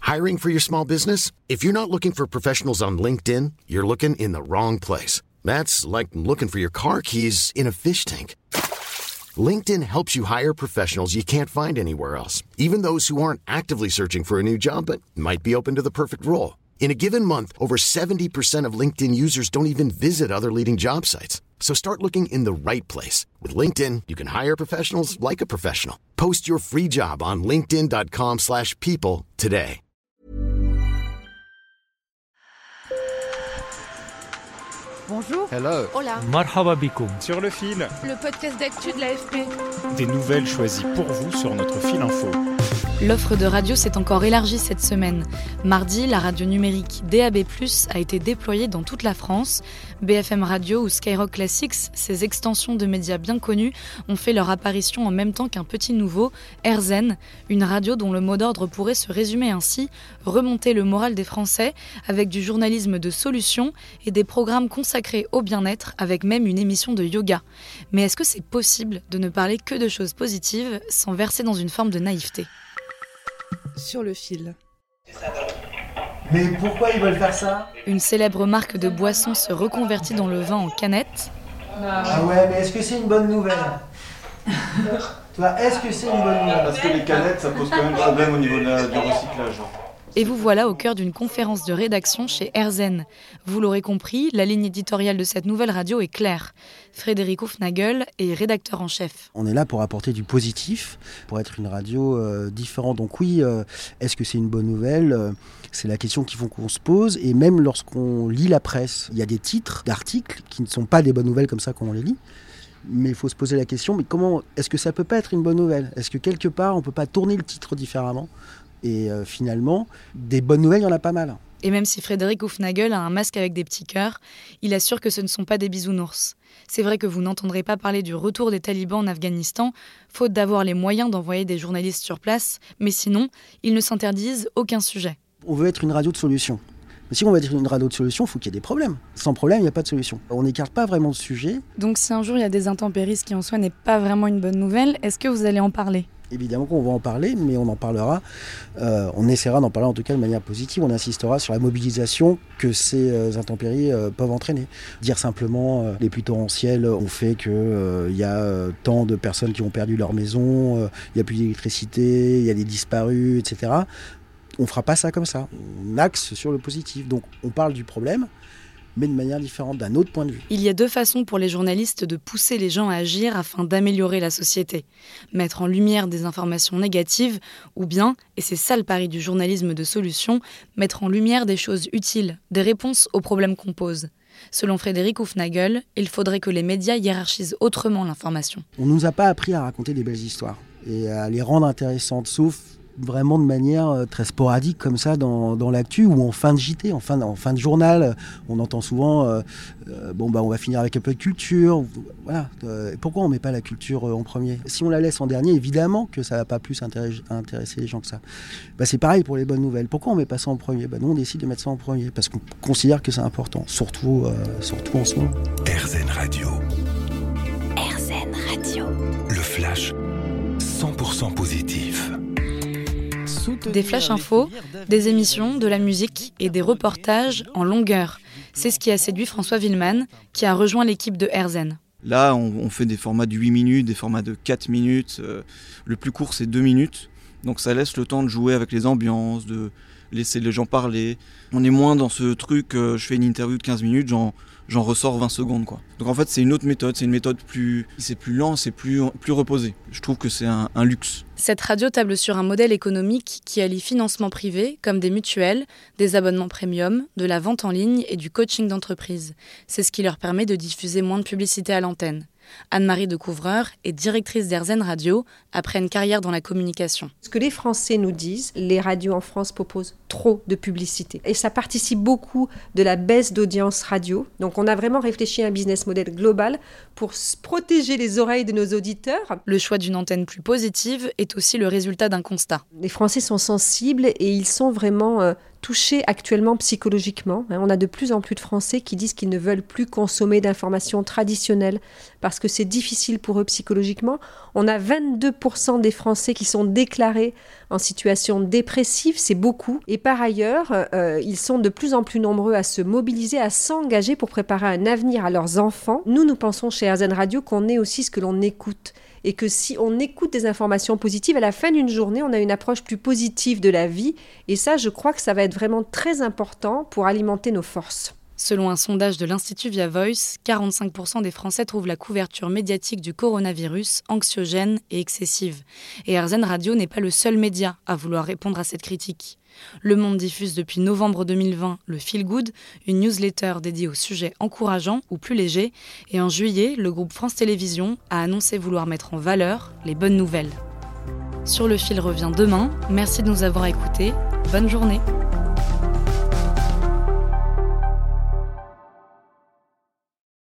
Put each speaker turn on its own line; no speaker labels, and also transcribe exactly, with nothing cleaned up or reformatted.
Hiring for your small business? If you're not looking for professionals on LinkedIn, you're looking in the wrong place. That's like looking for your car keys in a fish tank. LinkedIn helps you hire professionals you can't find anywhere else, even those who aren't actively searching for a new job but might be open to the perfect role. In a given month, over seventy percent of LinkedIn users don't even visit other leading job sites. So start looking in the right place. With LinkedIn, you can hire professionals like a professional. Post your free job on linkedin.com slash people today.
Bonjour.
Hello.
Hola.
Marhaba bikoum.
Sur le fil.
Le podcast d'actu de l'A F P.
Des nouvelles choisies pour vous sur notre fil info.
L'offre de radio s'est encore élargie cette semaine. Mardi, la radio numérique D A B plus, a été déployée dans toute la France. B F M Radio ou Skyrock Classics, ces extensions de médias bien connus, ont fait leur apparition en même temps qu'un petit nouveau, AirZen, une radio dont le mot d'ordre pourrait se résumer ainsi: remonter le moral des Français avec du journalisme de solution et des programmes consacrés au bien-être, avec même une émission de yoga. Mais est-ce que c'est possible de ne parler que de choses positives sans verser dans une forme de naïveté ?
Sur le fil.
Mais pourquoi ils veulent faire ça ?
Une célèbre marque de boissons se reconvertit dans le vin en canette.
Ah ouais, mais est-ce que c'est une bonne nouvelle ? Toi, est-ce que c'est une bonne nouvelle ?
Parce que les canettes, ça pose quand même problème au niveau de la, du recyclage.
Et vous voilà au cœur d'une conférence de rédaction chez AirZen. Vous l'aurez compris, la ligne éditoriale de cette nouvelle radio est claire. Frédéric Houfnagel est rédacteur en chef.
On est là pour apporter du positif, pour être une radio euh, différente. Donc oui, euh, est-ce que c'est une bonne nouvelle ? euh, C'est la question qu'il faut qu'on se pose. Et même lorsqu'on lit la presse, il y a des titres d'articles qui ne sont pas des bonnes nouvelles comme ça quand on les lit. Mais il faut se poser la question, mais comment est-ce que ça peut pas être une bonne nouvelle ? Est-ce que quelque part, on ne peut pas tourner le titre différemment ? Et euh, finalement, des bonnes nouvelles, il y en a pas mal.
Et même si Frédéric Houfnagel a un masque avec des petits cœurs, il assure que ce ne sont pas des bisounours. C'est vrai que vous n'entendrez pas parler du retour des talibans en Afghanistan, faute d'avoir les moyens d'envoyer des journalistes sur place, mais sinon, ils ne s'interdisent aucun sujet.
On veut être une radio de solution. Mais si on veut être une radio de solution, il faut qu'il y ait des problèmes. Sans problème, il n'y a pas de solution. On n'écarte pas vraiment le sujet.
Donc si un jour il y a des intempéries, ce qui en soi n'est pas vraiment une bonne nouvelle, est-ce que vous allez en parler ?
Évidemment qu'on va en parler, mais on en parlera. Euh, on essaiera d'en parler en tout cas de manière positive. On insistera sur la mobilisation que ces euh, intempéries euh, peuvent entraîner. Dire simplement euh, les pluies torrentielles ont fait qu'il euh, y a euh, tant de personnes qui ont perdu leur maison, il euh, n'y a plus d'électricité, il y a des disparus, et cetera. On ne fera pas ça comme ça. On axe sur le positif. Donc on parle du problème, mais de manière différente, d'un autre point de vue.
Il y a deux façons pour les journalistes de pousser les gens à agir afin d'améliorer la société. Mettre en lumière des informations négatives, ou bien, et c'est ça le pari du journalisme de solution, mettre en lumière des choses utiles, des réponses aux problèmes qu'on pose. Selon Frédéric Houfnagel, il faudrait que les médias hiérarchisent autrement l'information.
On ne nous a pas appris à raconter des belles histoires et à les rendre intéressantes, sauf vraiment de manière très sporadique comme ça dans, dans l'actu ou en fin de J T, en fin, en fin de journal. On entend souvent euh, euh, bon bah on va finir avec un peu de culture. Voilà. Euh, pourquoi on met pas la culture en premier ? Si on la laisse en dernier, évidemment que ça va pas plus intéresser, intéresser les gens que ça. Bah, c'est pareil pour les bonnes nouvelles. Pourquoi on met pas ça en premier ? Bah, nous on décide de mettre ça en premier parce qu'on considère que c'est important, surtout, euh, surtout en ce moment.
AirZen Radio.
AirZen Radio.
Le flash cent pour cent positif.
Des flash infos, des émissions, de la musique et des reportages en longueur. C'est ce qui a séduit François Villeman, qui a rejoint l'équipe de AirZen.
Là, on, on fait des formats de huit minutes, des formats de quatre minutes. Euh, le plus court, c'est deux minutes. Donc ça laisse le temps de jouer avec les ambiances, de laisser les gens parler. On est moins dans ce truc, euh, je fais une interview de quinze minutes, j'en, j'en ressors vingt secondes, quoi. Donc en fait, c'est une autre méthode, c'est une méthode plus, c'est plus lent, c'est plus, plus reposé. Je trouve que c'est un, un luxe.
Cette radio table sur un modèle économique qui allie financement privé, comme des mutuelles, des abonnements premium, de la vente en ligne et du coaching d'entreprise. C'est ce qui leur permet de diffuser moins de publicité à l'antenne. Anne-Marie Decouvreur est directrice d'AirZen Radio après une carrière dans la communication.
Ce que les Français nous disent, les radios en France proposent trop de publicité. Et ça participe beaucoup de la baisse d'audience radio. Donc on a vraiment réfléchi à un business model global pour protéger les oreilles de nos auditeurs.
Le choix d'une antenne plus positive est aussi le résultat d'un constat.
Les Français sont sensibles et ils sont vraiment euh, touchés actuellement psychologiquement. On a de plus en plus de Français qui disent qu'ils ne veulent plus consommer d'informations traditionnelles parce que c'est difficile pour eux psychologiquement. On a vingt-deux pour cent des Français qui sont déclarés en situation dépressive, c'est beaucoup. Et par ailleurs, euh, ils sont de plus en plus nombreux à se mobiliser, à s'engager pour préparer un avenir à leurs enfants. Nous, nous pensons chez RZN Radio qu'on est aussi ce que l'on écoute. Et que si on écoute des informations positives, à la fin d'une journée, on a une approche plus positive de la vie. Et ça, je crois que ça va être vraiment très important pour alimenter nos forces.
Selon un sondage de l'Institut Via Voice, quarante-cinq pour cent des Français trouvent la couverture médiatique du coronavirus anxiogène et excessive. Et RZN Radio n'est pas le seul média à vouloir répondre à cette critique. Le Monde diffuse depuis novembre deux mille vingt le Feel Good, une newsletter dédiée aux sujets encourageants ou plus légers. Et en juillet, le groupe France Télévisions a annoncé vouloir mettre en valeur les bonnes nouvelles. Sur le fil revient demain. Merci de nous avoir écoutés. Bonne journée.